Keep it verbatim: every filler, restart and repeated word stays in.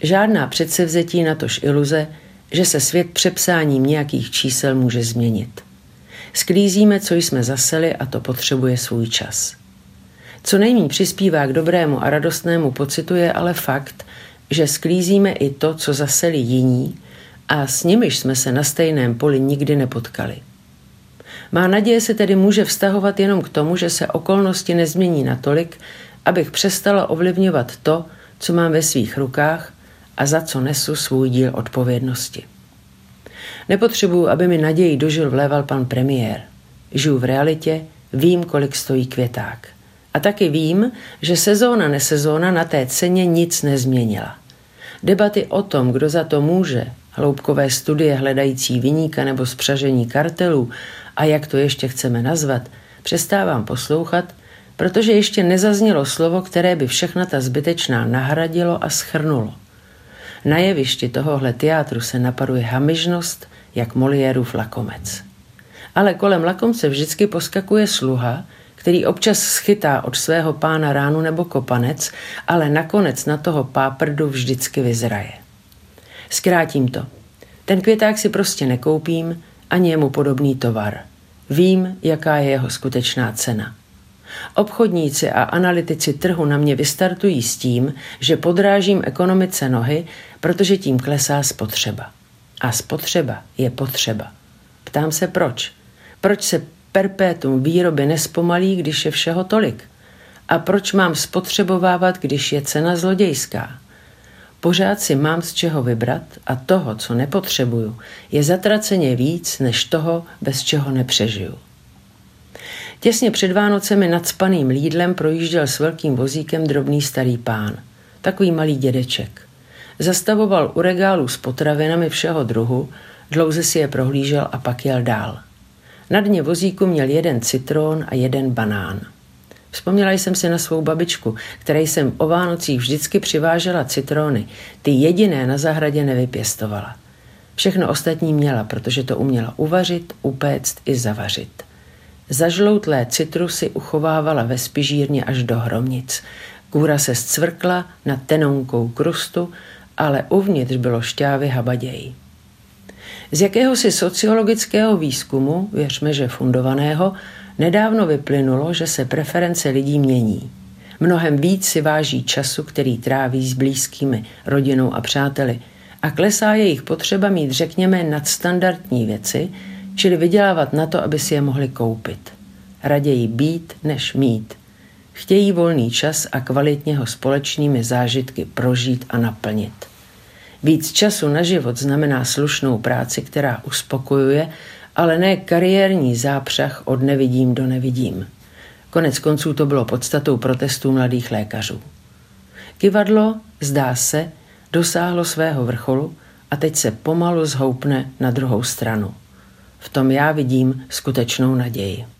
Žádná předsevzetí, natož iluze, že se svět přepsáním nějakých čísel může změnit. Sklízíme, co jsme zaseli, a to potřebuje svůj čas. Co nejméně přispívá k dobrému a radostnému pocitu je ale fakt, že sklízíme i to, co zaseli jiní, a s nimiž jsme se na stejném poli nikdy nepotkali. Má naděje se tedy může vztahovat jenom k tomu, že se okolnosti nezmění natolik, abych přestala ovlivňovat to, co mám ve svých rukách a za co nesu svůj díl odpovědnosti. Nepotřebuju, aby mi naději dožil vléval pan premiér. Žiju v realitě, vím, kolik stojí květák. A taky vím, že sezóna nesezóna na té ceně nic nezměnila. Debaty o tom, kdo za to může, hloubkové studie hledající viníka nebo spřažení kartelů a jak to ještě chceme nazvat, přestávám poslouchat, protože ještě nezaznělo slovo, které by všechna ta zbytečná nahradilo a schrnulo. Na jevišti tohohle teátru se naparuje hamižnost, jak Moliérův lakomec. Ale kolem lakomce vždycky poskakuje sluha, který občas schytá od svého pána ránu nebo kopanec, ale nakonec na toho páprdu vždycky vyzraje. Zkrátím to. Ten květák si prostě nekoupím, ani je mu podobný tovar. Vím, jaká je jeho skutečná cena. Obchodníci a analytici trhu na mě vystartují s tím, že podrážím ekonomice nohy, protože tím klesá spotřeba. A spotřeba je potřeba. Ptám se proč. Proč se perpétuum výroby nespomalí, když je všeho tolik? A proč mám spotřebovávat, když je cena zlodějská? Pořád si mám z čeho vybrat a toho, co nepotřebuju, je zatraceně víc než toho, bez čeho nepřežiju. Těsně před Vánocemi nacpaným Lidlem projížděl s velkým vozíkem drobný starý pán. Takový malý dědeček. Zastavoval u regálu s potravinami všeho druhu, dlouze si je prohlížel a pak jel dál. Na dně vozíku měl jeden citron a jeden banán. Vzpomněla jsem si na svou babičku, které jsem o Vánocích vždycky přivážela citrony. Ty jediné na zahradě nevypěstovala. Všechno ostatní měla, protože to uměla uvařit, upéct i zavařit. Zažloutlé citrusy uchovávala ve spižírně až do hromnic. Kůra se zcvrkla na tenonkou krustu, ale uvnitř bylo šťávy habaděj. Z jakéhosi sociologického výzkumu, věřme, že fundovaného, nedávno vyplynulo, že se preference lidí mění. Mnohem víc si váží času, který tráví s blízkými, rodinou a přáteli, a klesá jejich potřeba mít, řekněme, nadstandardní věci, čili vydělávat na to, aby si je mohli koupit. Raději být, než mít. Chtějí volný čas a kvalitně ho společnými zážitky prožít a naplnit. Víc času na život znamená slušnou práci, která uspokojuje, ale ne kariérní zápřah od nevidím do nevidím. Konec konců to bylo podstatou protestů mladých lékařů. Kyvadlo, zdá se, dosáhlo svého vrcholu a teď se pomalu zhoupne na druhou stranu. V tom já vidím skutečnou naději.